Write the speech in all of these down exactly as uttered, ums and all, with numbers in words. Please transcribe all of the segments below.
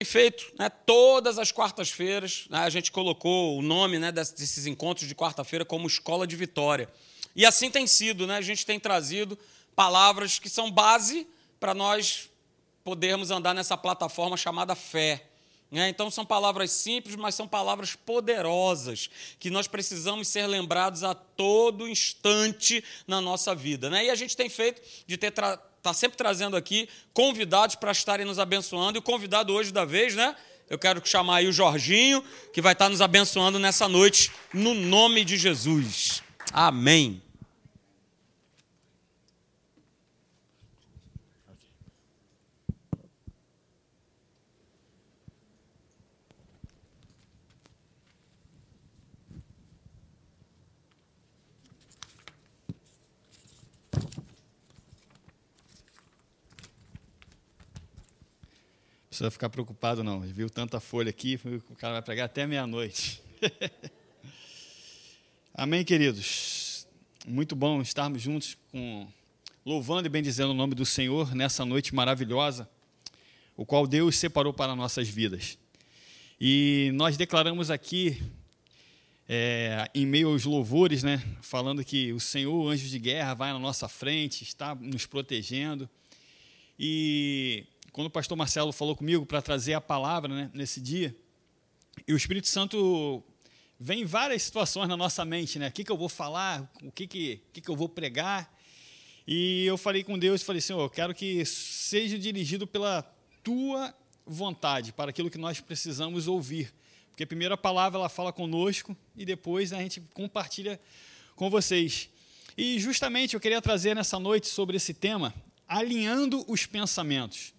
Feito, né, todas as quartas-feiras, né, a gente colocou o nome, né, desses encontros de quarta-feira como Escola de Vitória. E assim tem sido, né, a gente tem trazido palavras que são base para nós podermos andar nessa plataforma chamada fé. Né? Então, são palavras simples, mas são palavras poderosas, que nós precisamos ser lembrados a todo instante na nossa vida. Né? E a gente tem feito de ter tra- está sempre trazendo aqui convidados para estarem nos abençoando. E o convidado hoje da vez, né? Eu quero chamar aí o Jorginho, que vai estar nos abençoando nessa noite, no nome de Jesus. Amém. Não precisa ficar preocupado, não. Viu tanta folha aqui, o cara vai pregar até meia-noite. Amém, queridos? Muito bom estarmos juntos, com, louvando e bendizendo o nome do Senhor nessa noite maravilhosa, o qual Deus separou para nossas vidas. E nós declaramos aqui, é, em meio aos louvores, né, falando que o Senhor, anjo de guerra, vai na nossa frente, está nos protegendo. E quando o pastor Marcelo falou comigo para trazer a palavra, né, nesse dia, e o Espírito Santo vem em várias situações na nossa mente, né? O que, que eu vou falar, o que, que, o que, que eu vou pregar. E eu falei com Deus, falei, Senhor, eu quero que seja dirigido pela Tua vontade, para aquilo que nós precisamos ouvir. Porque a primeira palavra ela fala conosco e depois a gente compartilha com vocês. E justamente eu queria trazer nessa noite sobre esse tema, alinhando os pensamentos.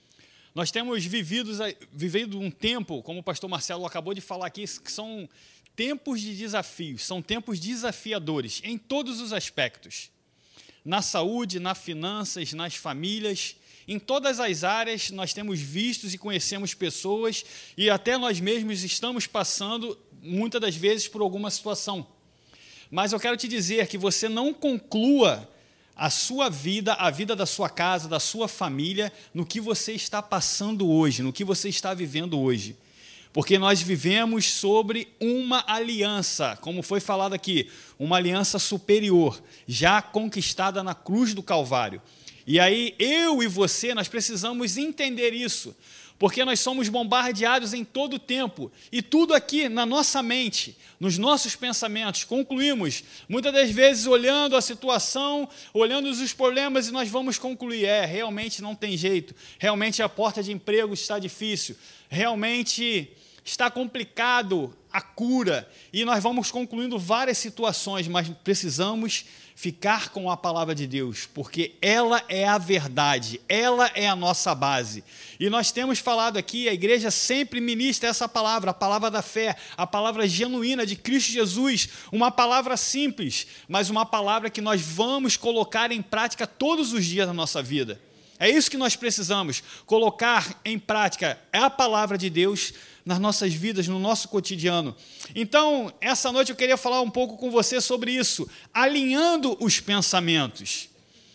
Nós temos vivido, vivido um tempo, como o pastor Marcelo acabou de falar aqui, que são tempos de desafios, são tempos desafiadores em todos os aspectos. Na saúde, nas finanças, nas famílias, em todas as áreas nós temos visto e conhecemos pessoas e até nós mesmos estamos passando, muitas das vezes, por alguma situação. Mas eu quero te dizer que você não conclua a sua vida, a vida da sua casa, da sua família, no que você está passando hoje, no que você está vivendo hoje. Porque nós vivemos sobre uma aliança, como foi falado aqui, uma aliança superior, já conquistada na cruz do Calvário. E aí, eu e você, nós precisamos entender isso, porque nós somos bombardeados em todo o tempo, e tudo aqui na nossa mente, nos nossos pensamentos, concluímos, muitas das vezes olhando a situação, olhando os problemas, e nós vamos concluir, é, realmente não tem jeito, realmente a porta de emprego está difícil, realmente está complicado a cura, e nós vamos concluindo várias situações, mas precisamos ficar com a palavra de Deus, porque ela é a verdade, ela é a nossa base. E nós temos falado aqui, a igreja sempre ministra essa palavra, a palavra da fé, a palavra genuína de Cristo Jesus, uma palavra simples, mas uma palavra que nós vamos colocar em prática todos os dias da nossa vida. É isso que nós precisamos, colocar em prática a palavra de Deus nas nossas vidas, no nosso cotidiano. Então, essa noite eu queria falar um pouco com você sobre isso, alinhando os pensamentos.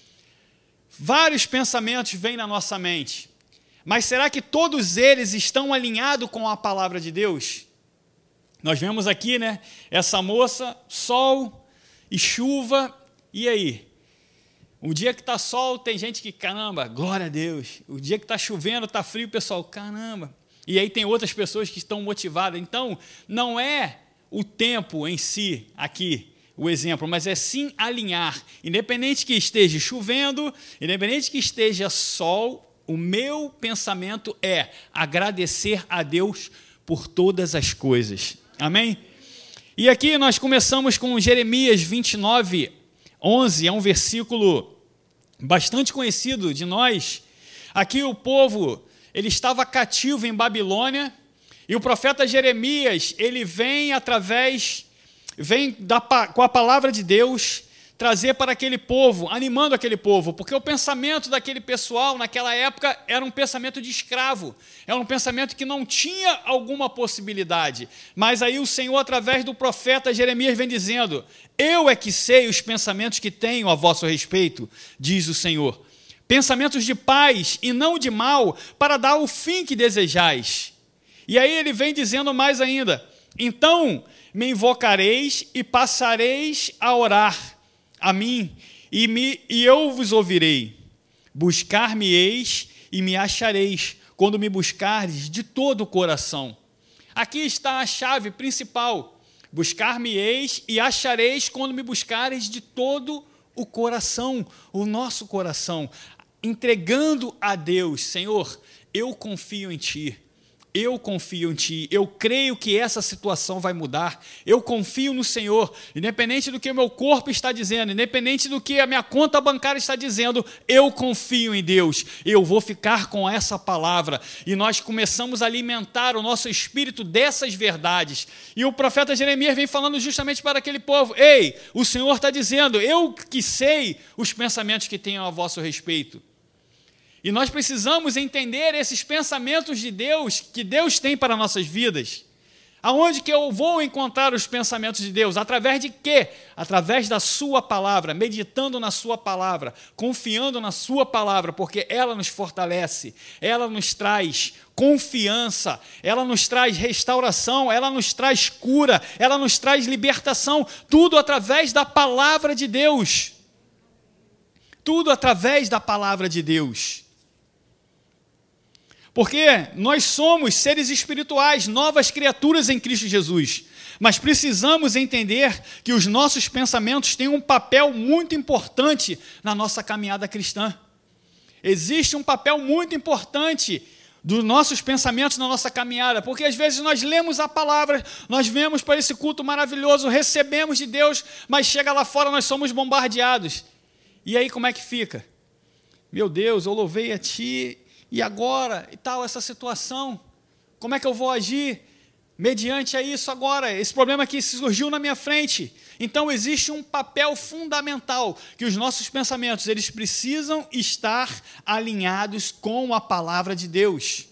Vários pensamentos vêm na nossa mente, mas será que todos eles estão alinhados com a palavra de Deus? Nós vemos aqui, né, essa moça, sol e chuva, e aí? Um dia que está sol, tem gente que, caramba, glória a Deus. O dia que está chovendo, está frio, pessoal, caramba. E aí tem outras pessoas que estão motivadas. Então, não é o tempo em si aqui o exemplo, mas é sim alinhar. Independente que esteja chovendo, independente que esteja sol, o meu pensamento é agradecer a Deus por todas as coisas. Amém? E aqui nós começamos com Jeremias vinte e nove, onze, é um versículo bastante conhecido de nós. Aqui o povo, ele estava cativo em Babilônia, e o profeta Jeremias, ele vem através, vem da, com a palavra de Deus, trazer para aquele povo, animando aquele povo, porque o pensamento daquele pessoal, naquela época, era um pensamento de escravo, era um pensamento que não tinha alguma possibilidade, mas aí o Senhor, através do profeta Jeremias, vem dizendo, eu é que sei os pensamentos que tenho a vosso respeito, diz o Senhor, pensamentos de paz e não de mal, para dar o fim que desejais. E aí ele vem dizendo mais ainda, então me invocareis e passareis a orar a mim, e, me, e eu vos ouvirei. Buscar-me-eis e me achareis, quando me buscardes de todo o coração. Aqui está a chave principal. Buscar-me-eis e achareis quando me buscareis de todo o coração, o nosso coração, entregando a Deus, Senhor, eu confio em Ti, eu confio em Ti, eu creio que essa situação vai mudar, eu confio no Senhor, independente do que o meu corpo está dizendo, independente do que a minha conta bancária está dizendo, eu confio em Deus, eu vou ficar com essa palavra, e nós começamos a alimentar o nosso espírito dessas verdades, e o profeta Jeremias vem falando justamente para aquele povo, ei, o Senhor está dizendo, eu que sei os pensamentos que tenho a vosso respeito. E nós precisamos entender esses pensamentos de Deus, que Deus tem para nossas vidas. Aonde que eu vou encontrar os pensamentos de Deus? Através de quê? Através da sua palavra, meditando na sua palavra, confiando na sua palavra, porque ela nos fortalece, ela nos traz confiança, ela nos traz restauração, ela nos traz cura, ela nos traz libertação, tudo através da palavra de Deus. Tudo através da palavra de Deus. Porque nós somos seres espirituais, novas criaturas em Cristo Jesus, mas precisamos entender que os nossos pensamentos têm um papel muito importante na nossa caminhada cristã. Existe um papel muito importante dos nossos pensamentos na nossa caminhada, porque às vezes nós lemos a palavra, nós vemos para esse culto maravilhoso, recebemos de Deus, mas chega lá fora, nós somos bombardeados. E aí como é que fica? Meu Deus, eu louvei a Ti, e agora, e tal, essa situação, como é que eu vou agir mediante a isso agora? Esse problema que surgiu na minha frente. Então, existe um papel fundamental, que os nossos pensamentos, eles precisam estar alinhados com a palavra de Deus.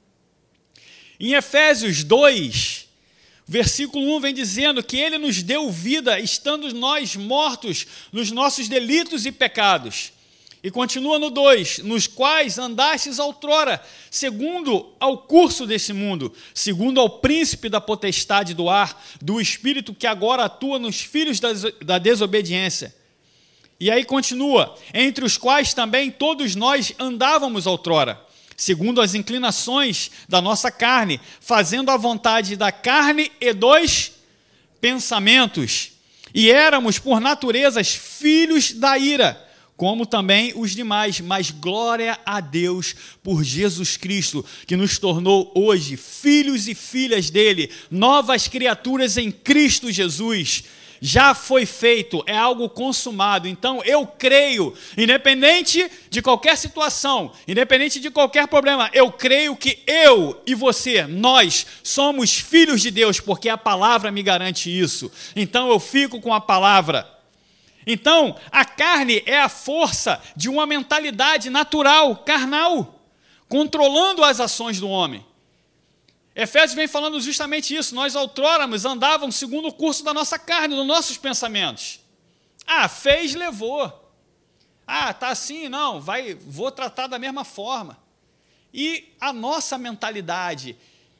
Em Efésios dois, versículo um, vem dizendo que Ele nos deu vida, estando nós mortos nos nossos delitos e pecados. E continua no dois, nos quais andastes outrora, segundo ao curso desse mundo, segundo ao príncipe da potestade do ar, do espírito que agora atua nos filhos da desobediência. E aí continua, entre os quais também todos nós andávamos outrora, segundo as inclinações da nossa carne, fazendo a vontade da carne e dos pensamentos. E éramos, por natureza, filhos da ira, como também os demais, mas glória a Deus por Jesus Cristo, que nos tornou hoje filhos e filhas dele, novas criaturas em Cristo Jesus. Já foi feito, é algo consumado. Então eu creio, independente de qualquer situação, independente de qualquer problema, eu creio que eu e você, nós somos filhos de Deus, porque a palavra me garante isso. Então eu fico com a palavra. Então, a carne é a força de uma mentalidade natural, carnal, controlando as ações do homem. Efésios vem falando justamente isso. Nós outroramos, andávamos segundo o curso da nossa carne, dos nossos pensamentos. Ah, fez, levou. Ah, tá assim, não, vai, vou tratar da mesma forma. E a nossa mentalidade,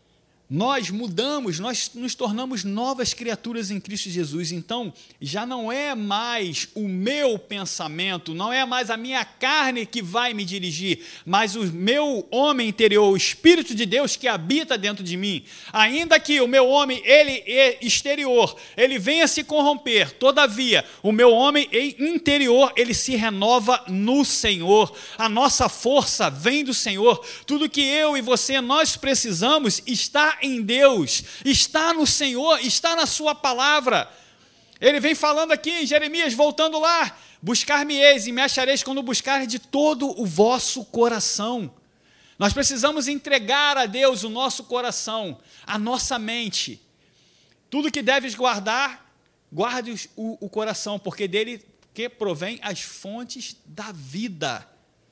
nós mudamos, nós nos tornamos novas criaturas em Cristo Jesus. Então, já não é mais o meu pensamento, não é mais a minha carne que vai me dirigir, mas o meu homem interior, o Espírito de Deus que habita dentro de mim. Ainda que o meu homem, ele é exterior, ele venha se corromper, todavia, o meu homem interior, ele se renova no Senhor. A nossa força vem do Senhor. Tudo que eu e você, nós precisamos está em Deus, está no Senhor, está na sua palavra. Ele vem falando aqui em Jeremias, voltando lá, buscar-me-eis e me achareis quando buscar de todo o vosso coração. Nós precisamos entregar a Deus o nosso coração, a nossa mente. Tudo que deves guardar, guarde o, o coração, porque dele que provém as fontes da vida.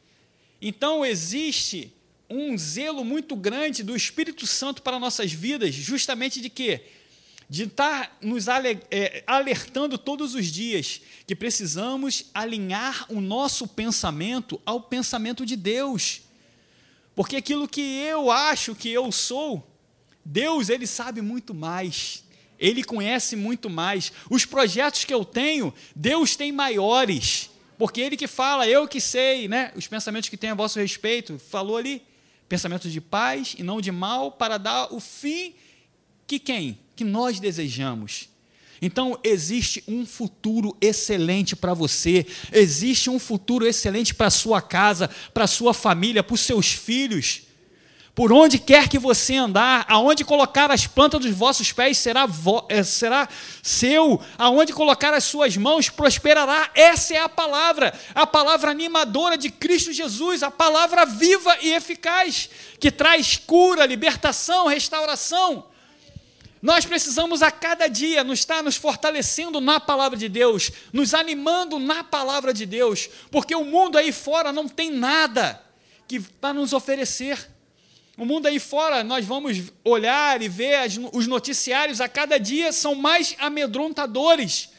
Então existe um zelo muito grande do Espírito Santo para nossas vidas, justamente de quê? de estar nos alertando todos os dias que precisamos alinhar o nosso pensamento ao pensamento de Deus. Porque aquilo que eu acho que eu sou, Deus, Ele sabe muito mais. Ele conhece muito mais. Os projetos que eu tenho, Deus tem maiores. Porque Ele que fala, eu que sei, né? Os pensamentos que tem a vosso respeito, falou ali, pensamentos de paz e não de mal, para dar o fim que quem? Que nós desejamos. Então, existe um futuro excelente para você, existe um futuro excelente para a sua casa, para a sua família, para os seus filhos. Por onde quer que você andar, aonde colocar as plantas dos vossos pés será, vo, é, será seu, aonde colocar as suas mãos prosperará. Essa é a palavra, a palavra animadora de Cristo Jesus, a palavra viva e eficaz, que traz cura, libertação, restauração. Nós precisamos a cada dia nos estar nos fortalecendo na palavra de Deus, nos animando na palavra de Deus, porque o mundo aí fora não tem nada que para nos oferecer. O mundo aí fora, nós vamos olhar e ver as, os noticiários a cada dia são mais amedrontadores.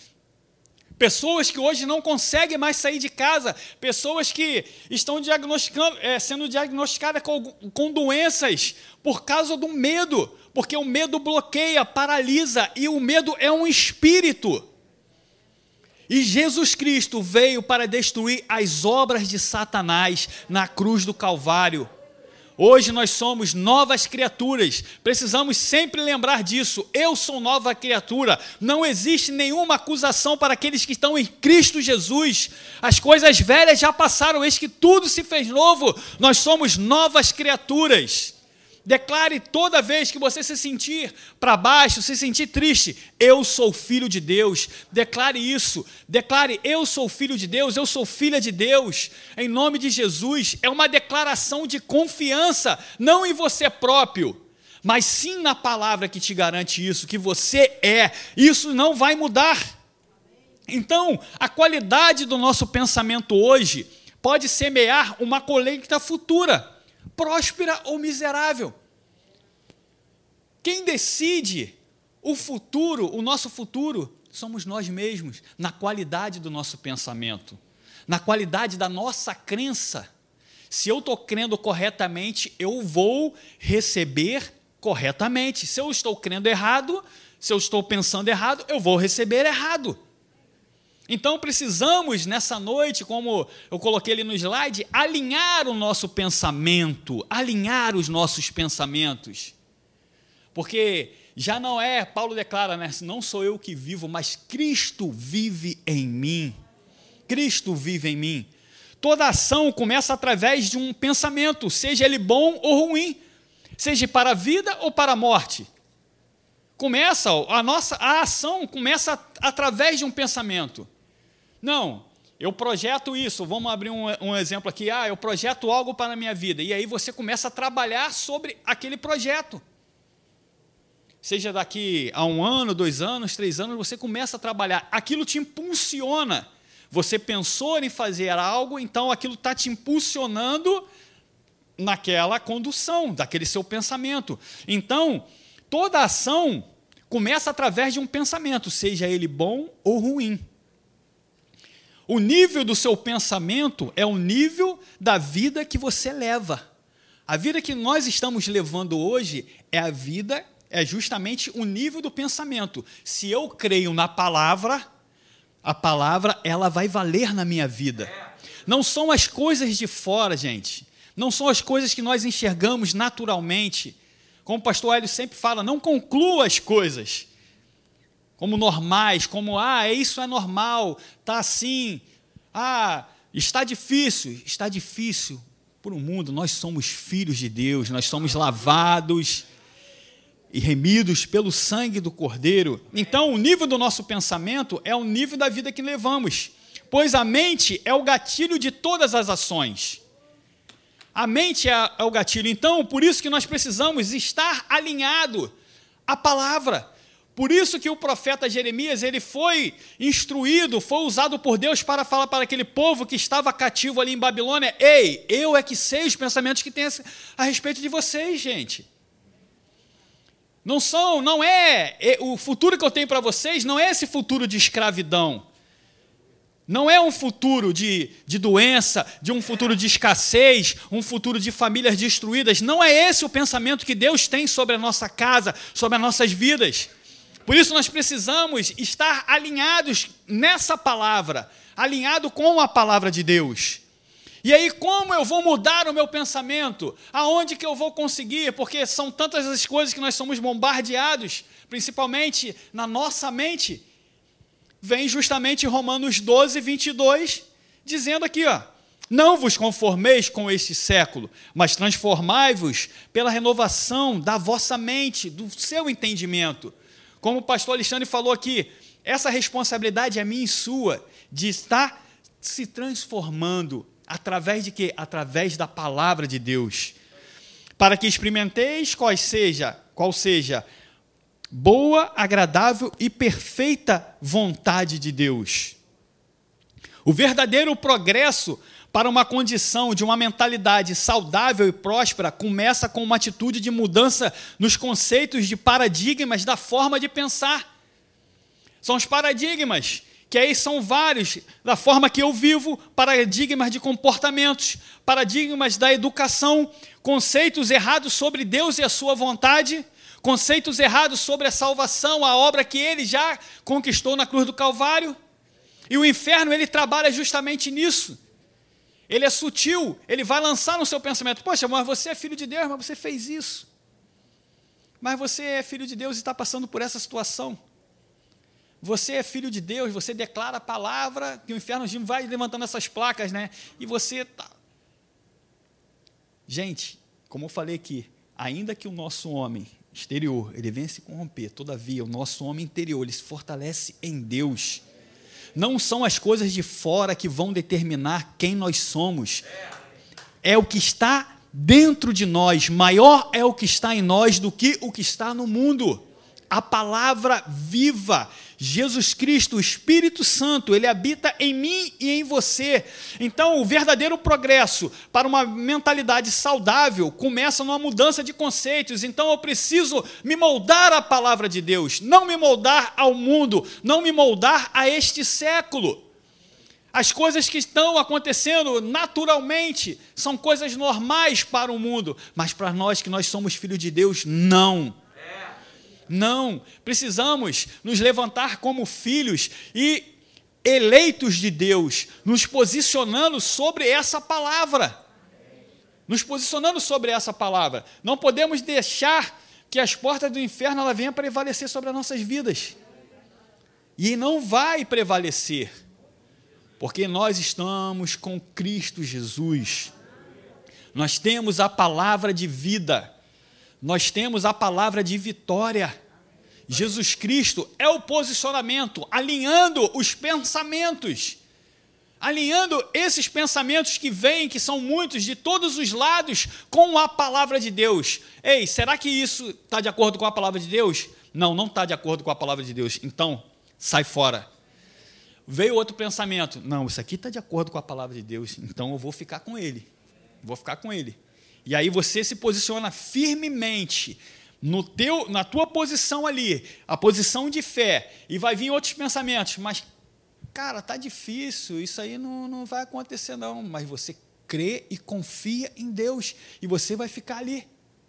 Pessoas que hoje não conseguem mais sair de casa, pessoas que estão diagnosticando, é, sendo diagnosticadas com, com doenças por causa do medo, porque o medo bloqueia, paralisa, e o medo é um espírito. E Jesus Cristo veio para destruir as obras de Satanás na cruz do Calvário. Hoje nós somos novas criaturas, precisamos sempre lembrar disso. Eu sou nova criatura, não existe nenhuma acusação para aqueles que estão em Cristo Jesus. As coisas velhas já passaram, eis que tudo se fez novo. Nós somos novas criaturas. Declare toda vez que você se sentir para baixo, se sentir triste, eu sou filho de Deus. Declare isso, declare eu sou filho de Deus, eu sou filha de Deus, em nome de Jesus. É uma declaração de confiança, não em você próprio, mas sim na palavra que te garante isso, que você é. Isso não vai mudar. Então, a qualidade do nosso pensamento hoje pode semear uma colheita futura, próspera ou miserável. Quem decide o futuro, o nosso futuro, somos nós mesmos, na qualidade do nosso pensamento, na qualidade da nossa crença. Se eu estou crendo corretamente, eu vou receber corretamente. Se eu estou crendo errado, se eu estou pensando errado, eu vou receber errado. Então, precisamos, nessa noite, como eu coloquei ali no slide, alinhar o nosso pensamento, alinhar os nossos pensamentos. Porque já não é, Paulo declara, né, não sou eu que vivo, mas Cristo vive em mim. Cristo vive em mim. Toda ação começa através de um pensamento, seja ele bom ou ruim, seja para a vida ou para a morte. Começa, a nossa a ação começa através de um pensamento. Não, eu projeto isso, vamos abrir um, um exemplo aqui, ah, eu projeto algo para a minha vida, e aí você começa a trabalhar sobre aquele projeto. Seja daqui a um ano, dois anos, três anos, você começa a trabalhar, aquilo te impulsiona, você pensou em fazer algo, então aquilo está te impulsionando naquela condução, daquele seu pensamento. Então, toda ação começa através de um pensamento, seja ele bom ou ruim. O nível do seu pensamento é o nível da vida que você leva. A vida que nós estamos levando hoje é a vida, é justamente o nível do pensamento. Se eu creio na palavra, a palavra ela vai valer na minha vida. Não são as coisas de fora, gente. Não são as coisas que nós enxergamos naturalmente. Como o pastor Hélio sempre fala, não conclua as coisas como normais, como, ah, isso é normal, está assim, ah, está difícil, está difícil para o mundo. Nós somos filhos de Deus, nós somos lavados e remidos pelo sangue do Cordeiro. Então, o nível do nosso pensamento é o nível da vida que levamos, pois a mente é o gatilho de todas as ações. A mente é o gatilho. Então, por isso que nós precisamos estar alinhado à palavra. Por isso que o profeta Jeremias, ele foi instruído, foi usado por Deus para falar para aquele povo que estava cativo ali em Babilônia, ei, eu é que sei os pensamentos que tem a respeito de vocês, gente. Não são, não é, o futuro que eu tenho para vocês não é esse futuro de escravidão. Não é um futuro de, de doença, de um futuro de escassez, um futuro de famílias destruídas. Não é esse o pensamento que Deus tem sobre a nossa casa, sobre as nossas vidas. Por isso nós precisamos estar alinhados nessa palavra, alinhado com a palavra de Deus. E aí, como eu vou mudar o meu pensamento? Aonde que eu vou conseguir? Porque são tantas as coisas que nós somos bombardeados, principalmente na nossa mente. Vem justamente Romanos doze, vinte e dois, dizendo aqui, ó, não vos conformeis com este século, mas transformai-vos pela renovação da vossa mente, do seu entendimento. Como o pastor Alexandre falou aqui, essa responsabilidade é minha e sua, de estar se transformando. Através de quê? Através da palavra de Deus. Para que experimenteis qual seja, qual seja boa, agradável e perfeita vontade de Deus. O verdadeiro progresso para uma condição de uma mentalidade saudável e próspera começa com uma atitude de mudança nos conceitos de paradigmas da forma de pensar. São os paradigmas, que aí são vários, da forma que eu vivo, paradigmas de comportamentos, paradigmas da educação, conceitos errados sobre Deus e a sua vontade, conceitos errados sobre a salvação, a obra que Ele já conquistou na cruz do Calvário. E o inferno, ele trabalha justamente nisso. Ele é sutil, ele vai lançar no seu pensamento, poxa, mas você é filho de Deus, mas você fez isso. Mas você é filho de Deus e está passando por essa situação. Você é filho de Deus, você declara a palavra, que o inferno vai levantando essas placas, né? E você está... Gente, como eu falei aqui, ainda que o nosso homem exterior, ele venha se corromper, todavia, o nosso homem interior, ele se fortalece em Deus. Não são as coisas de fora que vão determinar quem nós somos. É o que está dentro de nós. Maior é o que está em nós do que o que está no mundo. A palavra viva, Jesus Cristo, o Espírito Santo, ele habita em mim e em você. Então, o verdadeiro progresso para uma mentalidade saudável começa numa mudança de conceitos. Então, eu preciso me moldar à palavra de Deus, não me moldar ao mundo, não me moldar a este século. As coisas que estão acontecendo naturalmente são coisas normais para o mundo, mas para nós que nós somos filhos de Deus, não. Não, precisamos nos levantar como filhos e eleitos de Deus, nos posicionando sobre essa palavra. Nos posicionando sobre essa palavra. Não podemos deixar que as portas do inferno ela venham prevalecer sobre as nossas vidas. E não vai prevalecer, porque nós estamos com Cristo Jesus. Nós temos a palavra de vida. Nós temos a palavra de vitória. Jesus Cristo é o posicionamento, alinhando os pensamentos, alinhando esses pensamentos que vêm, que são muitos, de todos os lados, com a palavra de Deus. Ei, será que isso está de acordo com a palavra de Deus? Não, não está de acordo com a palavra de Deus. Então, sai fora. Veio outro pensamento. Não, isso aqui está de acordo com a palavra de Deus, então eu vou ficar com ele. Vou ficar com ele. E aí você se posiciona firmemente no teu, na tua posição ali, a posição de fé, e vai vir outros pensamentos, mas, cara, está difícil, isso aí não, não vai acontecer não, mas você crê e confia em Deus, e você vai ficar ali.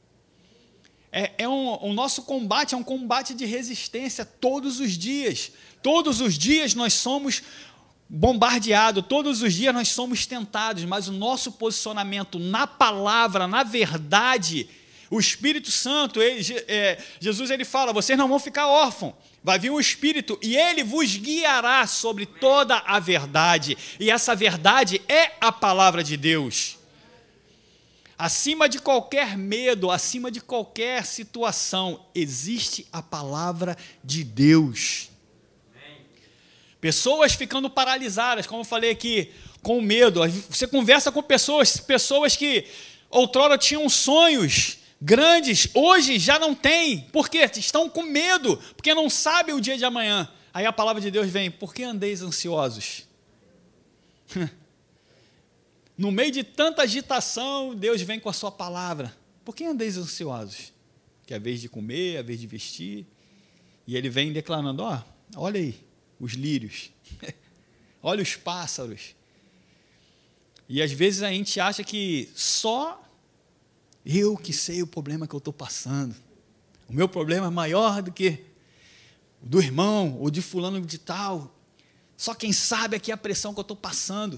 É, é um, o nosso combate é um combate de resistência todos os dias, todos os dias nós somos bombardeado, todos os dias nós somos tentados, mas o nosso posicionamento na palavra, na verdade, o Espírito Santo, ele, é, Jesus ele fala, vocês não vão ficar órfãos, vai vir o Espírito e ele vos guiará sobre toda a verdade, e essa verdade é a palavra de Deus. Acima de qualquer medo, acima de qualquer situação, existe a palavra de Deus. Pessoas ficando paralisadas, como eu falei aqui, com medo. Você conversa com pessoas, pessoas que outrora tinham sonhos grandes, hoje já não têm. Por quê? Estão com medo, porque não sabem o dia de amanhã. Aí a palavra de Deus vem, por que andeis ansiosos? No meio de tanta agitação, Deus vem com a sua palavra. Por que andeis ansiosos? que é a vez de comer, a vez de vestir. E ele vem declarando, ó, olha aí, os lírios, olha os pássaros. E às vezes a gente acha que só eu que sei o problema que eu estou passando. O meu problema é maior do que o do irmão ou de fulano de tal. Só quem sabe aqui a pressão que eu estou passando.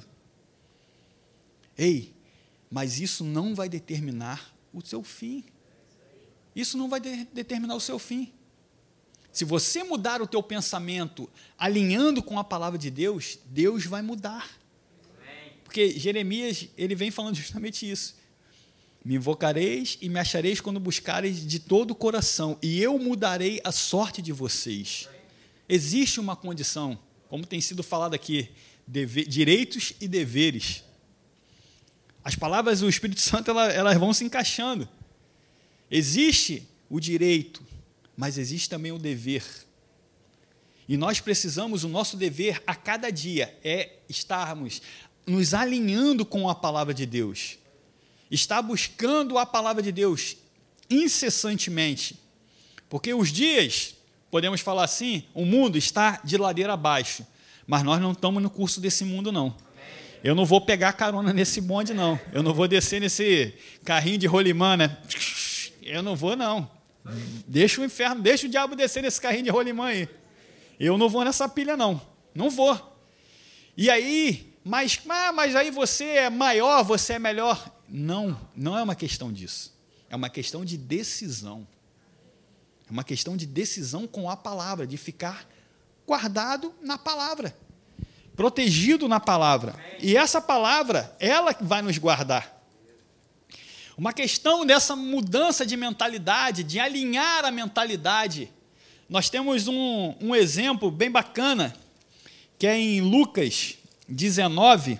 Ei, mas isso não vai determinar o seu fim. Isso não vai de- determinar o seu fim. Se você mudar o teu pensamento alinhando com a palavra de Deus, Deus vai mudar. Porque Jeremias, ele vem falando justamente isso. Me invocareis e me achareis quando buscareis de todo o coração, e eu mudarei a sorte de vocês. Existe uma condição, como tem sido falado aqui, deve, direitos e deveres. As palavras do Espírito Santo, elas, elas vão se encaixando. Existe o direito, mas existe também o dever. E nós precisamos, o nosso dever a cada dia é estarmos nos alinhando com a palavra de Deus. Estar buscando a palavra de Deus incessantemente. Porque os dias, podemos falar assim, o mundo está de ladeira abaixo. Mas nós não estamos no curso desse mundo, não. Eu não vou pegar carona nesse bonde, não. Eu não vou descer nesse carrinho de rolimã, né? Eu não vou, não. Deixa o inferno, deixa o diabo descer nesse carrinho de rolimã aí. Eu não vou nessa pilha, não. Não vou. E aí, mas, ah, mas aí você é maior, você é melhor. Não, não é uma questão disso. É uma questão de decisão. É uma questão de decisão com a palavra, de ficar guardado na palavra, protegido na palavra. E essa palavra, ela que vai nos guardar. Uma questão dessa mudança de mentalidade, de alinhar a mentalidade. Nós temos um, um exemplo bem bacana, que é em Lucas dezenove.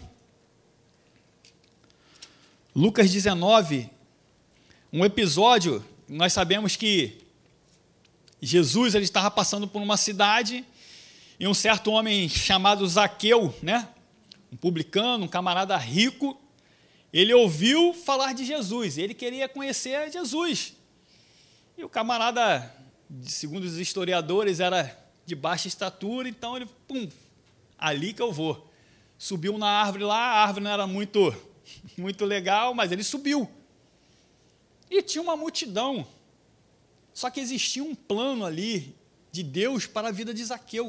Lucas dezenove, um episódio, nós sabemos que Jesus ele estava passando por uma cidade e um certo homem chamado Zaqueu, né, um publicano, um camarada rico, ele ouviu falar de Jesus, ele queria conhecer Jesus. E o camarada, segundo os historiadores, era de baixa estatura, então ele, pum, ali que eu vou. Subiu na árvore lá, a árvore não era muito, muito legal, mas ele subiu. E tinha uma multidão. Só que existia um plano ali de Deus para a vida de Zaqueu.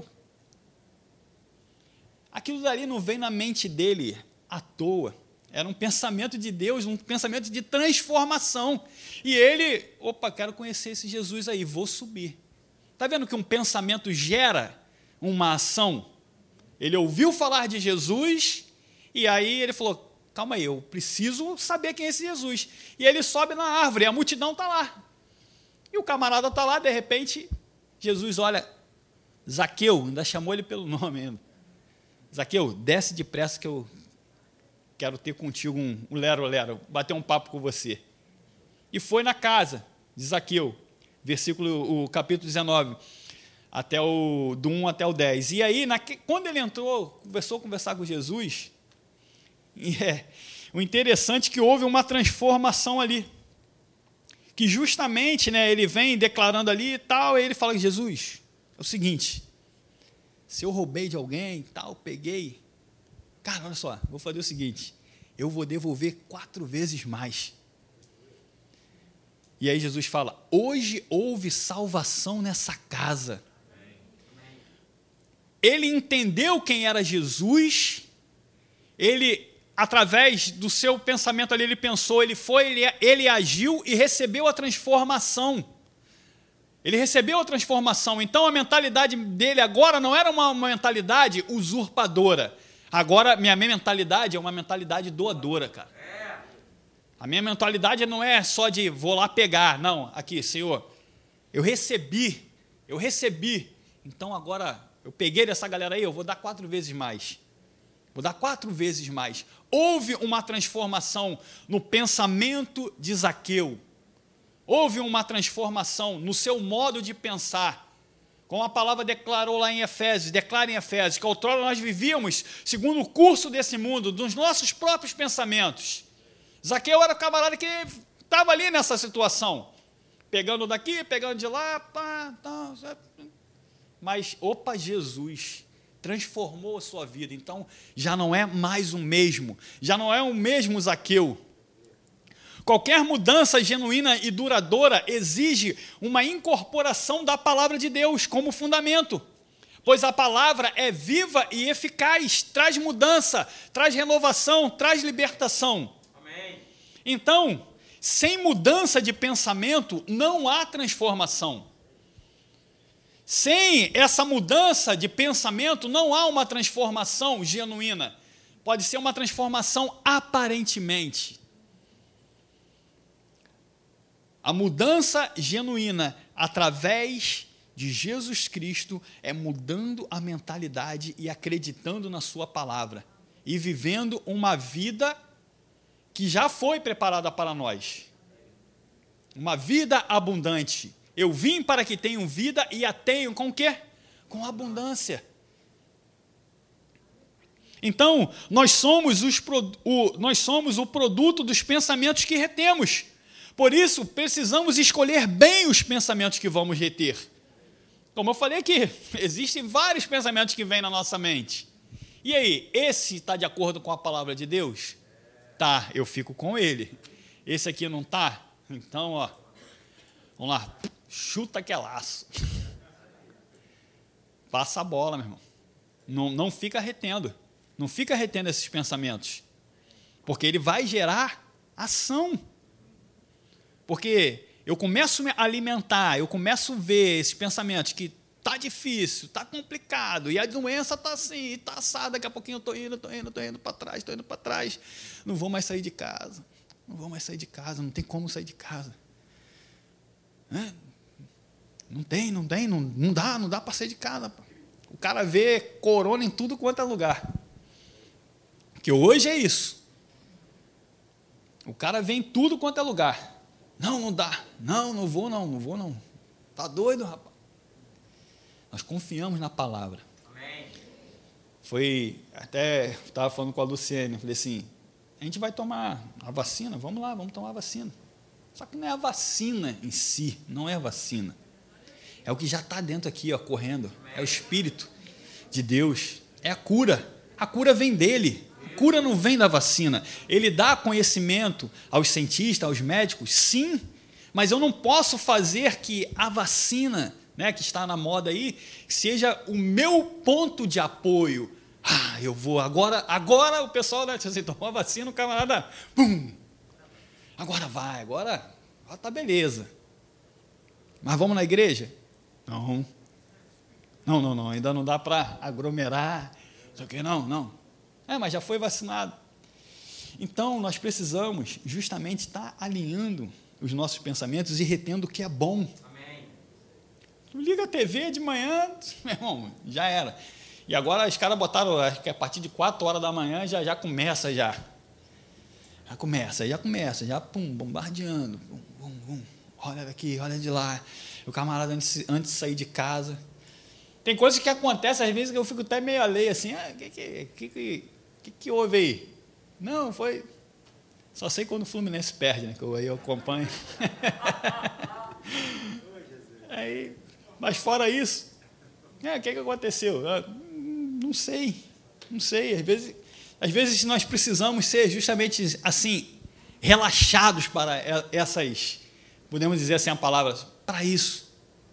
Aquilo dali não veio na mente dele à toa. Era um pensamento de Deus, um pensamento de transformação. E ele, opa, quero conhecer esse Jesus aí, vou subir. Está vendo que um pensamento gera uma ação? Ele ouviu falar de Jesus, e aí ele falou, calma aí, eu preciso saber quem é esse Jesus. E ele sobe na árvore, e a multidão está lá. E o camarada está lá, de repente, Jesus olha, Zaqueu, ainda chamou ele pelo nome ainda. Zaqueu, desce depressa que eu quero ter contigo um, um lero-lero, bater um papo com você. E foi na casa de Zaqueu, versículo, o capítulo dezenove, até o, do um até o dez. E aí, na, quando ele entrou, começou a conversar com Jesus, e é, o interessante é que houve uma transformação ali, que justamente, né, ele vem declarando ali e tal, e ele fala, Jesus, é o seguinte, se eu roubei de alguém, tal, peguei, cara, olha só, vou fazer o seguinte, eu vou devolver quatro vezes mais. E aí Jesus fala, hoje houve salvação nessa casa. Ele entendeu quem era Jesus, ele, através do seu pensamento ali, ele pensou, ele foi, ele, ele agiu e recebeu a transformação. Ele recebeu a transformação, então a mentalidade dele agora não era uma, uma mentalidade usurpadora. Agora, minha mentalidade é uma mentalidade doadora, cara. A minha mentalidade não é só de vou lá pegar. Não, aqui, Senhor, eu recebi, eu recebi. Então, agora, eu peguei dessa galera aí, eu vou dar quatro vezes mais. Vou dar quatro vezes mais. Houve uma transformação no pensamento de Zaqueu. Houve uma transformação no seu modo de pensar. Como a palavra declarou lá em Efésios, declara em Efésios, que outrora nós vivíamos segundo o curso desse mundo, dos nossos próprios pensamentos. Zaqueu era o camarada que estava ali nessa situação. pegando daqui, pegando de lá, pá, tá, mas, opa, Jesus transformou a sua vida, então já não é mais o mesmo, já não é o mesmo Zaqueu. Qualquer mudança genuína e duradoura exige uma incorporação da palavra de Deus como fundamento, pois a palavra é viva e eficaz, traz mudança, traz renovação, traz libertação. Amém. Então, sem mudança de pensamento, não há transformação. Sem essa mudança de pensamento, não há uma transformação genuína. Pode ser uma transformação aparentemente. A mudança genuína através de Jesus Cristo é mudando a mentalidade e acreditando na sua palavra e vivendo uma vida que já foi preparada para nós. Uma vida abundante. Eu vim para que tenham vida e a tenham com o quê? Com abundância. Então, nós somos, os, o, nós somos o produto dos pensamentos que retemos. Por isso, precisamos escolher bem os pensamentos que vamos reter. Como eu falei aqui, existem vários pensamentos que vêm na nossa mente. E aí, esse está de acordo com a palavra de Deus? Tá, eu fico com ele. Esse aqui não está? Então, ó, vamos lá, chuta que é laço. Passa a bola, meu irmão. Não, não fica retendo. Não fica retendo esses pensamentos. Porque ele vai gerar ação. Porque eu começo a alimentar, eu começo a ver esses pensamentos que está difícil, está complicado, e a doença está assim, está assada, daqui a pouquinho eu estou indo, estou indo, estou indo para trás, estou indo para trás, não vou mais sair de casa, não vou mais sair de casa, não tem como sair de casa. É? Não tem, não tem, não, não dá, não dá para sair de casa. O cara vê corona em tudo quanto é lugar. Porque hoje é isso. O cara vê em tudo quanto é lugar. Não, não dá. Não, não vou não, não vou não. Está doido, rapaz? Nós confiamos na palavra. Amém. Foi, até estava falando com a Luciene, falei assim, a gente vai tomar a vacina, vamos lá, vamos tomar a vacina. Só que não é a vacina em si, não é a vacina. É o que já está dentro aqui, ó, correndo. É o Espírito de Deus. É a cura. A cura vem dele. A cura não vem da vacina. Ele dá conhecimento aos cientistas, aos médicos, sim, mas eu não posso fazer que a vacina, né, que está na moda aí, seja o meu ponto de apoio. Ah, eu vou agora, agora o pessoal, né, assim, tomou a vacina, o camarada, pum, agora vai, agora está beleza. Mas vamos na igreja? Não. Não, não, não, ainda não dá para aglomerar, não sei o que, não, não. É, mas já foi vacinado. Então, nós precisamos justamente estar alinhando os nossos pensamentos e retendo o que é bom. Amém. Tu liga a T V de manhã, meu irmão, já era. E agora os caras botaram, acho que a partir de quatro horas da manhã já, já começa já. Já começa, já começa, já pum, bombardeando. Bum, bum, bum. Olha daqui, olha de lá. O camarada antes, antes de sair de casa. Tem coisas que acontecem, às vezes, que eu fico até meio alheio, assim, ah, que, que, que, que, que, que houve aí? Não, foi... Só sei quando o Fluminense perde, né, que eu, aí eu acompanho. Aí, mas fora isso, é, o que, que aconteceu? Eu, não sei, não sei. Às vezes, às vezes nós precisamos ser justamente assim, relaxados para essas, podemos dizer assim a palavra, para isso.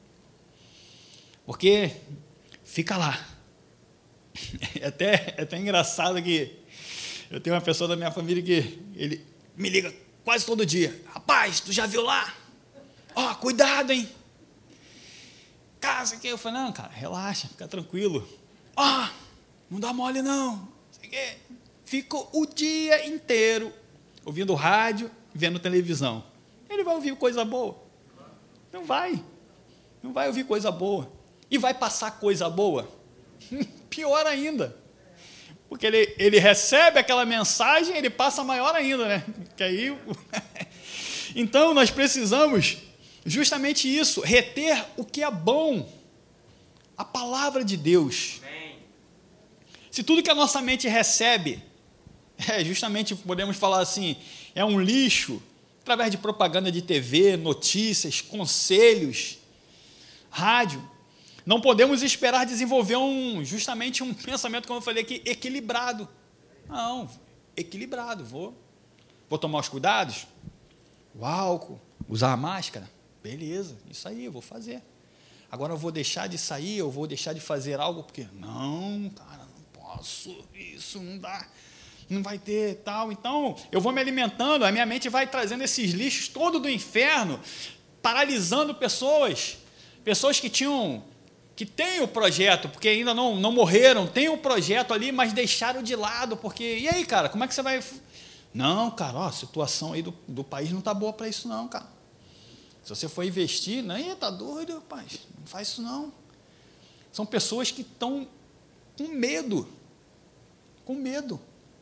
Porque fica lá. É até, é até engraçado que eu tenho uma pessoa da minha família que ele me liga quase todo dia. Rapaz, tu já viu lá? Ó, oh, cuidado, hein? Casa aqui. Eu falei, não, cara, relaxa, fica tranquilo. Ó, oh, não dá mole, não. Fico o dia inteiro ouvindo rádio, vendo televisão. Ele vai ouvir coisa boa? Não vai. Não vai ouvir coisa boa. E vai passar coisa boa? Pior ainda. Porque ele, ele recebe aquela mensagem, ele passa maior ainda, né? Que aí... Então, nós precisamos justamente isso, reter o que é bom, a palavra de Deus. Amém. Se tudo que a nossa mente recebe, é justamente, podemos falar assim, é um lixo, através de propaganda de T V, notícias, conselhos, rádio. Não podemos esperar desenvolver um, justamente um pensamento, como eu falei aqui, equilibrado. Não, equilibrado. Vou, vou tomar os cuidados, o álcool, usar a máscara, beleza, isso aí eu vou fazer. Agora eu vou deixar de sair, eu vou deixar de fazer algo, porque não, cara, não posso, isso não dá, não vai ter tal. Então, eu vou me alimentando, a minha mente vai trazendo esses lixos todo do inferno, paralisando pessoas, pessoas que tinham, que têm o projeto, porque ainda não, não morreram, têm o projeto ali, mas deixaram de lado, porque, e aí, cara, como é que você vai... Não, cara, ó, a situação aí do, do país não está boa para isso não, cara. Se você for investir, não, está doido, rapaz, não faz isso não. São pessoas que estão com medo, com medo.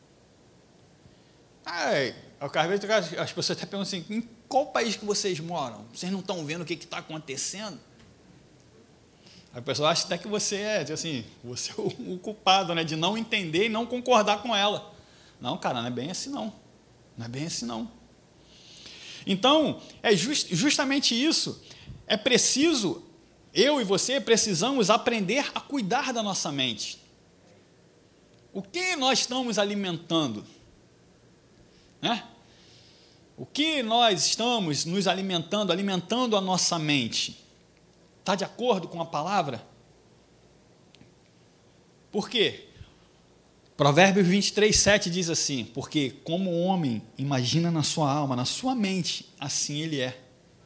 Ai, às vezes as pessoas até perguntam assim, em qual país que vocês moram? Vocês não estão vendo o que está acontecendo? A pessoa acha até que você é, assim, você é o culpado, né, de não entender e não concordar com ela. Não, cara, não é bem assim não. Não é bem assim não. Então, é just, justamente isso. É preciso, eu e você precisamos aprender a cuidar da nossa mente. O que nós estamos alimentando? Né? O que nós estamos nos alimentando, alimentando a nossa mente? Está de acordo com a palavra? Por quê? Provérbios vinte e três, sete diz assim, porque como o homem imagina na sua alma, na sua mente, assim ele é.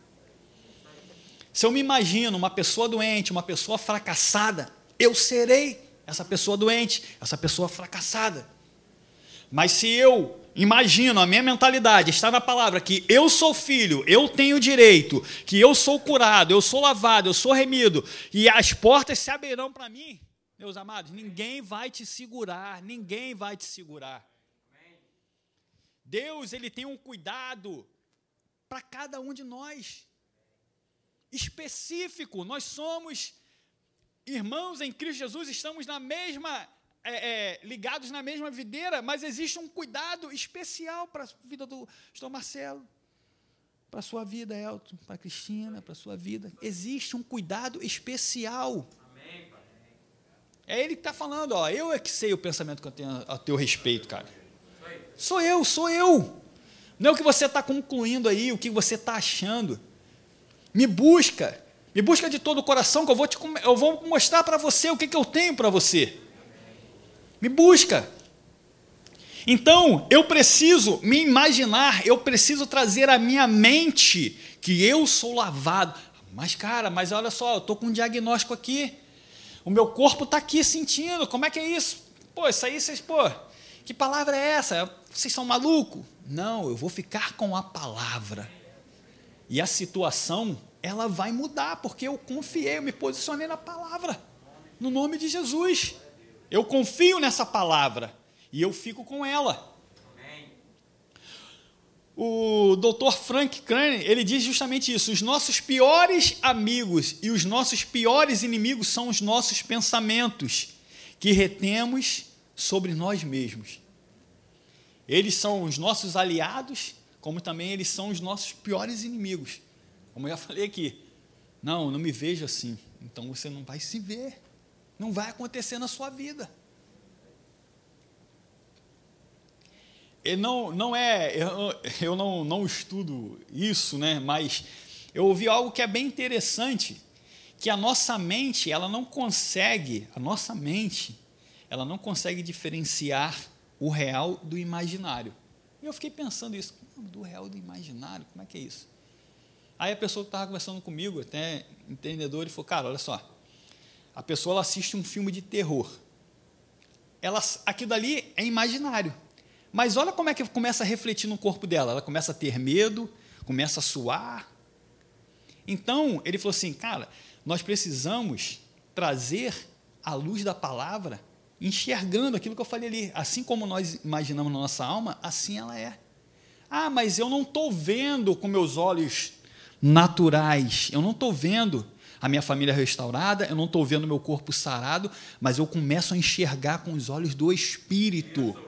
Se eu me imagino uma pessoa doente, uma pessoa fracassada, eu serei essa pessoa doente, essa pessoa fracassada. Mas se eu imagino, a minha mentalidade está na palavra, que eu sou filho, eu tenho direito, que eu sou curado, eu sou lavado, eu sou remido, e as portas se abrirão para mim, meus amados, ninguém vai te segurar, ninguém vai te segurar. Deus, ele tem um cuidado para cada um de nós, específico. Nós somos irmãos em Cristo Jesus, estamos na mesma, é, é, ligados na mesma videira, mas existe um cuidado especial para a vida do pastor Marcelo, para a sua vida, Elton, para a Cristina, para a sua vida. Existe um cuidado especial. É ele que está falando, ó, eu é que sei o pensamento que eu tenho a teu respeito, cara. Sou eu, sou eu. Não é o que você está concluindo aí, o que você está achando. Me busca, me busca de todo o coração, que eu vou, te, eu vou mostrar para você o que, que eu tenho para você. Me busca. Então, eu preciso me imaginar, eu preciso trazer à minha mente que eu sou lavado. Mas, cara, mas olha só, eu estou com um diagnóstico aqui. O meu corpo está aqui sentindo, como é que é isso? Pô, isso aí, vocês, pô, que palavra é essa? Vocês são malucos? Não, eu vou ficar com a palavra. E a situação, ela vai mudar, porque eu confiei, eu me posicionei na palavra, no nome de Jesus. Eu confio nessa palavra e eu fico com ela. O doutor Frank Crane, ele diz justamente isso, os nossos piores amigos e os nossos piores inimigos são os nossos pensamentos que retemos sobre nós mesmos. Eles são os nossos aliados, como também eles são os nossos piores inimigos. Como eu já falei aqui, não, não me vejo assim, então você não vai se ver, não vai acontecer na sua vida. Não, não é, eu, eu não, não estudo isso, né, mas eu ouvi algo que é bem interessante, que a nossa mente, ela não consegue, a nossa mente, ela não consegue diferenciar o real do imaginário. E eu fiquei pensando isso, do real do imaginário, como é que é isso? Aí a pessoa que estava conversando comigo, até entendedor, ele falou, cara, olha só, a pessoa ela assiste um filme de terror, ela, aquilo dali é imaginário. Mas olha como é que começa a refletir no corpo dela. Ela começa a ter medo, começa a suar. Então, ele falou assim, cara, nós precisamos trazer a luz da palavra, enxergando aquilo que eu falei ali. Assim como nós imaginamos na nossa alma, assim ela é. Ah, mas eu não estou vendo com meus olhos naturais. Eu não estou vendo a minha família restaurada, eu não estou vendo meu corpo sarado, mas eu começo a enxergar com os olhos do Espírito.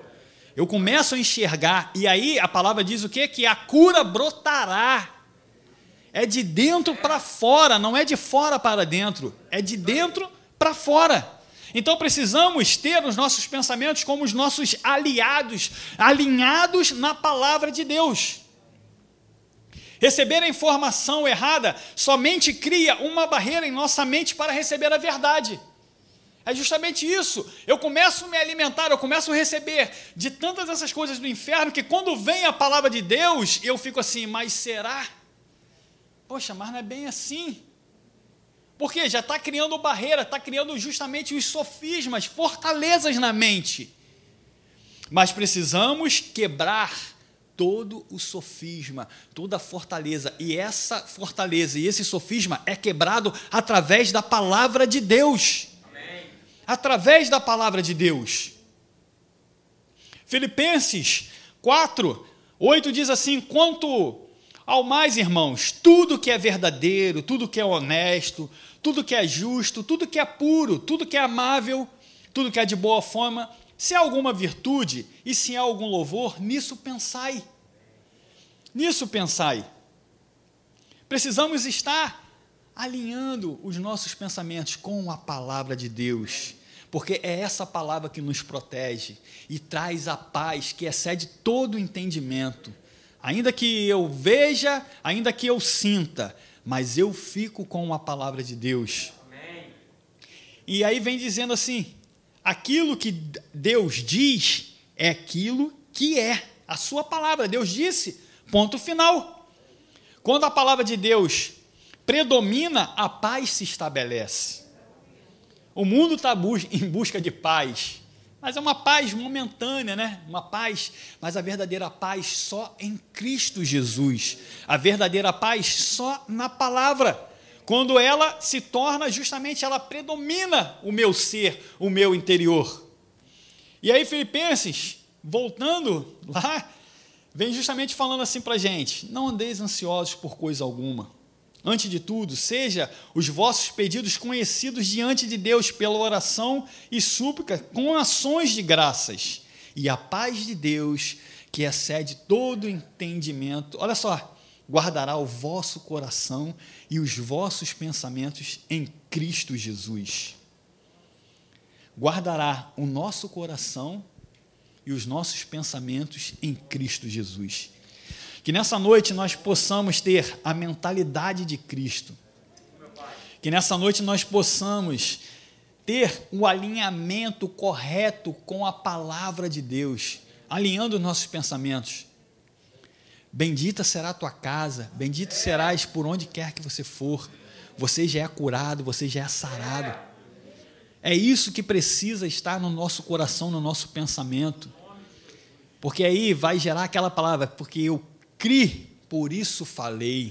Eu começo a enxergar, e aí a palavra diz o quê? Que a cura brotará. É de dentro para fora, não é de fora para dentro, é de dentro para fora. Então precisamos ter os nossos pensamentos como os nossos aliados, alinhados na palavra de Deus. Receber a informação errada somente cria uma barreira em nossa mente para receber a verdade. É justamente isso. Eu começo a me alimentar, eu começo a receber de tantas essas coisas do inferno, que quando vem a palavra de Deus, eu fico assim, mas será? Poxa, mas não é bem assim. Porque já está criando barreira, está criando justamente os sofismas, fortalezas na mente. Mas precisamos quebrar todo o sofisma, toda a fortaleza. E essa fortaleza e esse sofisma é quebrado através da palavra de Deus. Através da palavra de Deus. Filipenses quatro, oito diz assim, quanto ao mais, irmãos, tudo que é verdadeiro, tudo que é honesto, tudo que é justo, tudo que é puro, tudo que é amável, tudo que é de boa fama, se há alguma virtude e se há algum louvor, nisso pensai. Nisso pensai. Precisamos estar alinhando os nossos pensamentos com a palavra de Deus, porque é essa palavra que nos protege e traz a paz que excede todo o entendimento. Ainda que eu veja, ainda que eu sinta, mas eu fico com a palavra de Deus. Amém. E aí vem dizendo assim, aquilo que Deus diz é aquilo que é, a sua palavra. Deus disse, ponto final. Quando a palavra de Deus predomina, a paz se estabelece. O mundo está em busca de paz, mas é uma paz momentânea, né? Uma paz, mas a verdadeira paz só em Cristo Jesus. A verdadeira paz só na palavra. Quando ela se torna, justamente, ela predomina o meu ser, o meu interior. E aí, Filipenses, voltando lá, vem justamente falando assim para a gente, não andeis ansiosos por coisa alguma. Antes de tudo, seja os vossos pedidos conhecidos diante de Deus pela oração e súplica com ações de graças. E a paz de Deus, que excede todo entendimento, olha só, guardará o vosso coração e os vossos pensamentos em Cristo Jesus. Guardará o nosso coração e os nossos pensamentos em Cristo Jesus. Que nessa noite nós possamos ter a mentalidade de Cristo. Que nessa noite nós possamos ter o alinhamento correto com a palavra de Deus, alinhando os nossos pensamentos. Bendita será a tua casa, bendito serás por onde quer que você for. Você já é curado, você já é sarado. É isso que precisa estar no nosso coração, no nosso pensamento. Porque aí vai gerar aquela palavra, porque eu criei, por isso falei.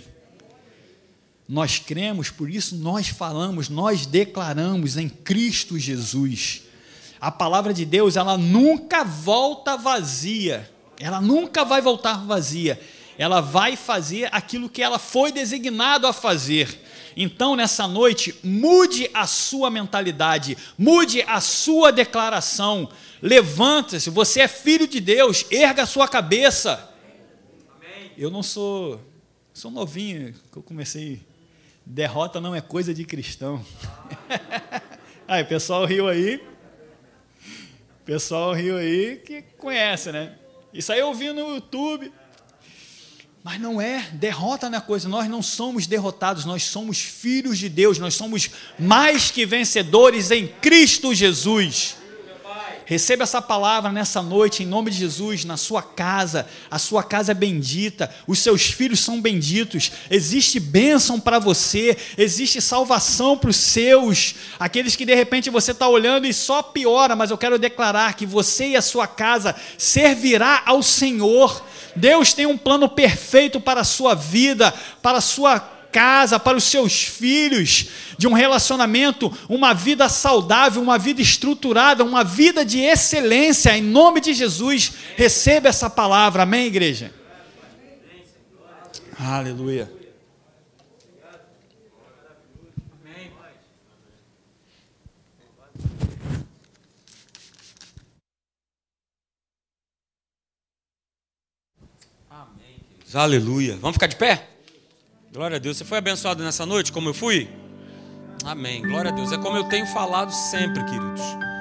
Nós cremos, por isso nós falamos, nós declaramos em Cristo Jesus. A palavra de Deus, ela nunca volta vazia. Ela nunca vai voltar vazia. Ela vai fazer aquilo que ela foi designado a fazer. Então, nessa noite, mude a sua mentalidade, mude a sua declaração. Levanta-se, você é filho de Deus, erga a sua cabeça. Eu não sou, sou novinho, que eu comecei, derrota não é coisa de cristão. Aí, o pessoal riu aí, o pessoal riu aí que conhece, né? Isso aí eu vi no YouTube, mas não é, derrota não é coisa, nós não somos derrotados, nós somos filhos de Deus, nós somos mais que vencedores em Cristo Jesus. Receba essa palavra nessa noite, em nome de Jesus, na sua casa. A sua casa é bendita, os seus filhos são benditos, existe bênção para você, existe salvação para os seus, aqueles que de repente você está olhando e só piora, mas eu quero declarar que você e a sua casa servirá ao Senhor. Deus tem um plano perfeito para a sua vida, para a sua casa, para os seus filhos, de um relacionamento, uma vida saudável, uma vida estruturada, uma vida de excelência, em nome de Jesus. Receba essa palavra, amém, igreja? Aleluia. Aleluia. Vamos ficar de pé? Glória a Deus. Você foi abençoado nessa noite como eu fui? Amém. Glória a Deus. É como eu tenho falado sempre, queridos.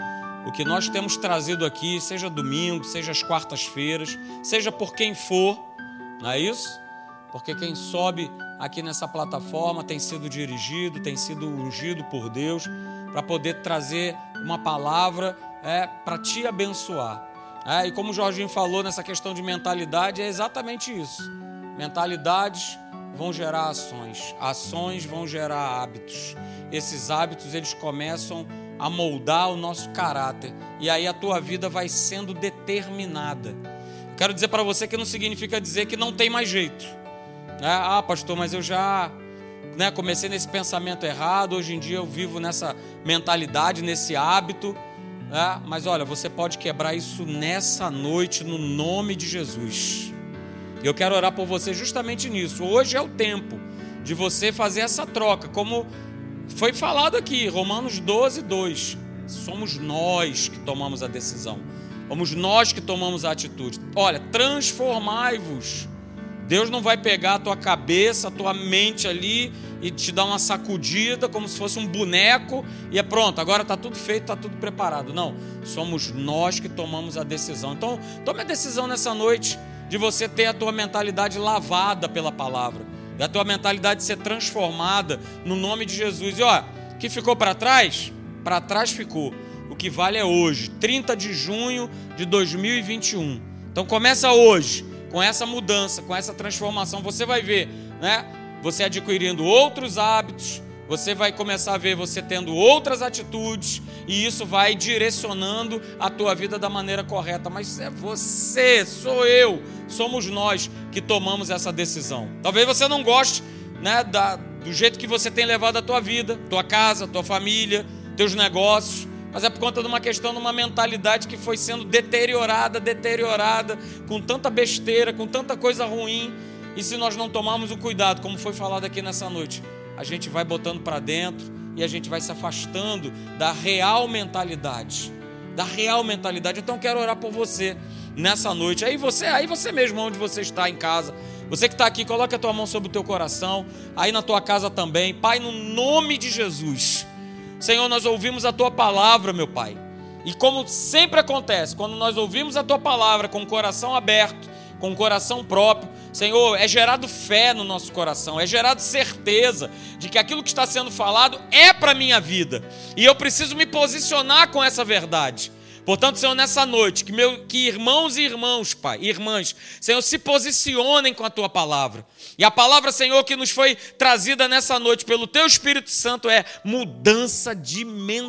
O que nós temos trazido aqui, seja domingo, seja as quartas-feiras, seja por quem for, não é isso? Porque quem sobe aqui nessa plataforma tem sido dirigido, tem sido ungido por Deus para poder trazer uma palavra é, para te abençoar. É, e como o Jorginho falou nessa questão de mentalidade, é exatamente isso. Mentalidades vão gerar ações, ações vão gerar hábitos. Esses hábitos, eles começam a moldar o nosso caráter, e aí a tua vida vai sendo determinada. Quero dizer para você que não significa dizer que não tem mais jeito. É, ah, pastor, mas eu já né, comecei nesse pensamento errado, hoje em dia eu vivo nessa mentalidade, nesse hábito. É, mas olha, você pode quebrar isso nessa noite, no nome de Jesus. Eu quero orar por você justamente nisso. Hoje é o tempo de você fazer essa troca, como foi falado aqui, Romanos doze, dois. Somos nós que tomamos a decisão. Somos nós que tomamos a atitude. Olha, transformai-vos. Deus não vai pegar a tua cabeça, a tua mente ali e te dar uma sacudida como se fosse um boneco e é pronto, agora está tudo feito, está tudo preparado. Não, somos nós que tomamos a decisão. Então, tome a decisão nessa noite de você ter a tua mentalidade lavada pela palavra, da tua mentalidade ser transformada no nome de Jesus. E ó, o que ficou para trás? Para trás ficou. O que vale é hoje, trinta de junho de dois mil e vinte e um. Então começa hoje, com essa mudança, com essa transformação. Você vai ver, né? Você adquirindo outros hábitos, você vai começar a ver você tendo outras atitudes, e isso vai direcionando a tua vida da maneira correta. Mas é você, sou eu, somos nós que tomamos essa decisão. Talvez você não goste, né, da, do jeito que você tem levado a tua vida, tua casa, tua família, teus negócios, mas é por conta de uma questão, de uma mentalidade que foi sendo deteriorada, deteriorada, com tanta besteira, com tanta coisa ruim. E se nós não tomarmos o cuidado, como foi falado aqui nessa noite, a gente vai botando para dentro e a gente vai se afastando da real mentalidade, da real mentalidade. Então eu quero orar por você nessa noite. Aí você, aí você mesmo, onde você está em casa, você que está aqui, coloca a tua mão sobre o teu coração, aí na tua casa também. Pai, no nome de Jesus, Senhor, nós ouvimos a tua palavra, meu Pai, e como sempre acontece, quando nós ouvimos a tua palavra com o coração aberto, com o coração próprio, Senhor, é gerado fé no nosso coração, é gerado certeza de que aquilo que está sendo falado é para a minha vida, e eu preciso me posicionar com essa verdade. Portanto, Senhor, nessa noite, que, meu, que irmãos e irmãos, Pai, irmãs, Senhor, se posicionem com a Tua palavra. E a palavra, Senhor, que nos foi trazida nessa noite pelo Teu Espírito Santo é mudança de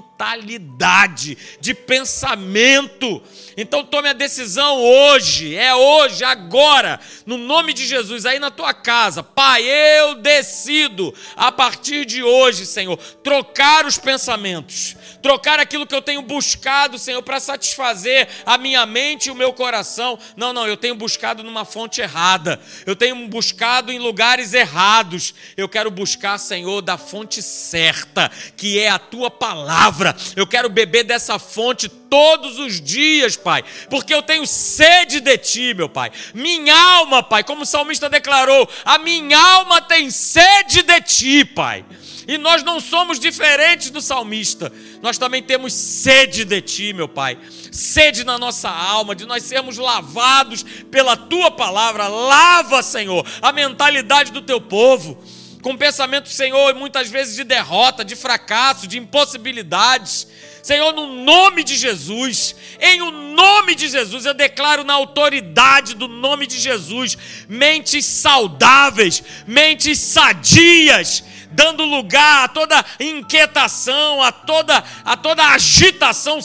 mentalidade, de pensamento. Então tome a decisão hoje, é hoje, agora, no nome de Jesus, aí na tua casa. Pai, eu decido, a partir de hoje, Senhor, trocar os pensamentos, trocar aquilo que eu tenho buscado, Senhor, para satisfazer a minha mente e o meu coração. Não, não, eu tenho buscado numa fonte errada, eu tenho buscado em lugares errados. Eu quero buscar, Senhor, da fonte certa, que é a tua palavra. Eu quero beber dessa fonte todos os dias, Pai, porque eu tenho sede de Ti, meu Pai. Minha alma, Pai, como o salmista declarou, a minha alma tem sede de Ti, Pai. E nós não somos diferentes do salmista. Nós também temos sede de Ti, meu Pai. Sede na nossa alma, de nós sermos lavados pela Tua palavra. Lava, Senhor, a mentalidade do Teu povo, com pensamento, Senhor, muitas vezes de derrota, de fracasso, de impossibilidades. Senhor, no nome de Jesus, em o nome de Jesus, eu declaro na autoridade do nome de Jesus, mentes saudáveis, mentes sadias, dando lugar a toda inquietação, a toda, a toda agitação.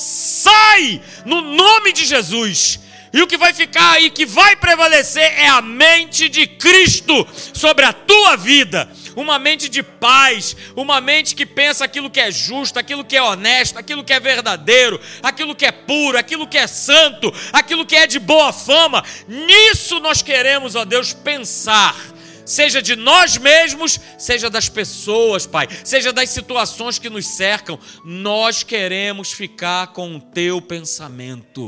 Sai no nome de Jesus. E o que vai ficar aí, que vai prevalecer, é a mente de Cristo sobre a tua vida. Uma mente de paz, uma mente que pensa aquilo que é justo, aquilo que é honesto, aquilo que é verdadeiro, aquilo que é puro, aquilo que é santo, aquilo que é de boa fama. Nisso nós queremos, ó Deus, pensar. Seja de nós mesmos, seja das pessoas, Pai, seja das situações que nos cercam. Nós queremos ficar com o Teu pensamento.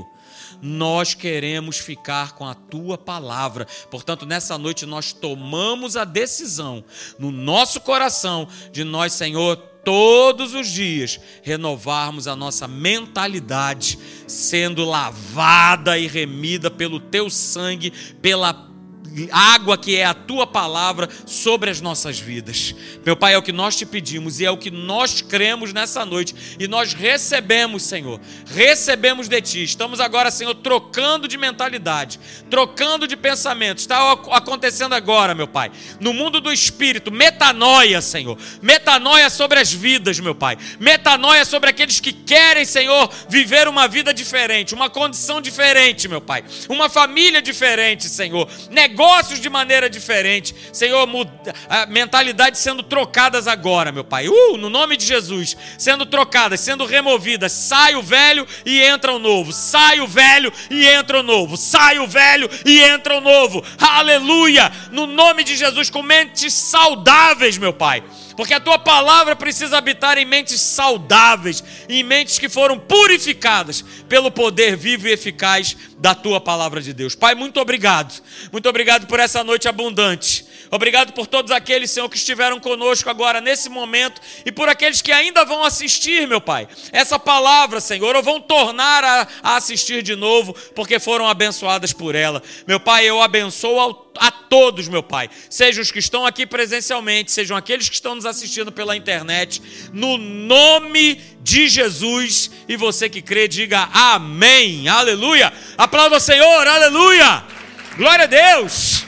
nós queremos ficar com a tua palavra. Portanto, nessa noite nós tomamos a decisão no nosso coração de nós, Senhor, todos os dias renovarmos a nossa mentalidade, sendo lavada e remida pelo teu sangue, pela água que é a tua palavra sobre as nossas vidas. Meu Pai, é o que nós te pedimos e é o que nós cremos nessa noite, e nós recebemos, Senhor, recebemos de ti. Estamos agora, Senhor, trocando de mentalidade, trocando de pensamento. Está acontecendo agora, meu Pai, no mundo do Espírito, metanoia, Senhor, metanoia sobre as vidas, meu Pai, metanoia sobre aqueles que querem, Senhor, viver uma vida diferente, uma condição diferente, meu Pai, uma família diferente, Senhor, negócios de maneira diferente, Senhor, a mentalidade sendo trocadas agora, meu Pai, uh, no nome de Jesus, sendo trocadas, sendo removidas. Sai o velho e entra o novo, sai o velho e entra o novo, sai o velho e entra o novo, aleluia, no nome de Jesus, com mentes saudáveis, meu Pai, porque a tua palavra precisa habitar em mentes saudáveis, em mentes que foram purificadas pelo poder vivo e eficaz da tua palavra de Deus. Pai, muito obrigado, muito obrigado por essa noite abundante. Obrigado por todos aqueles, Senhor, que estiveram conosco agora nesse momento, e por aqueles que ainda vão assistir, meu Pai, essa palavra, Senhor, ou vão tornar a, a assistir de novo, porque foram abençoadas por ela. Meu Pai, eu abençoo ao, a todos, meu Pai, sejam os que estão aqui presencialmente, sejam aqueles que estão nos assistindo pela internet, no nome de Jesus. E você que crê, diga amém, aleluia, aplauda o Senhor, aleluia, glória a Deus.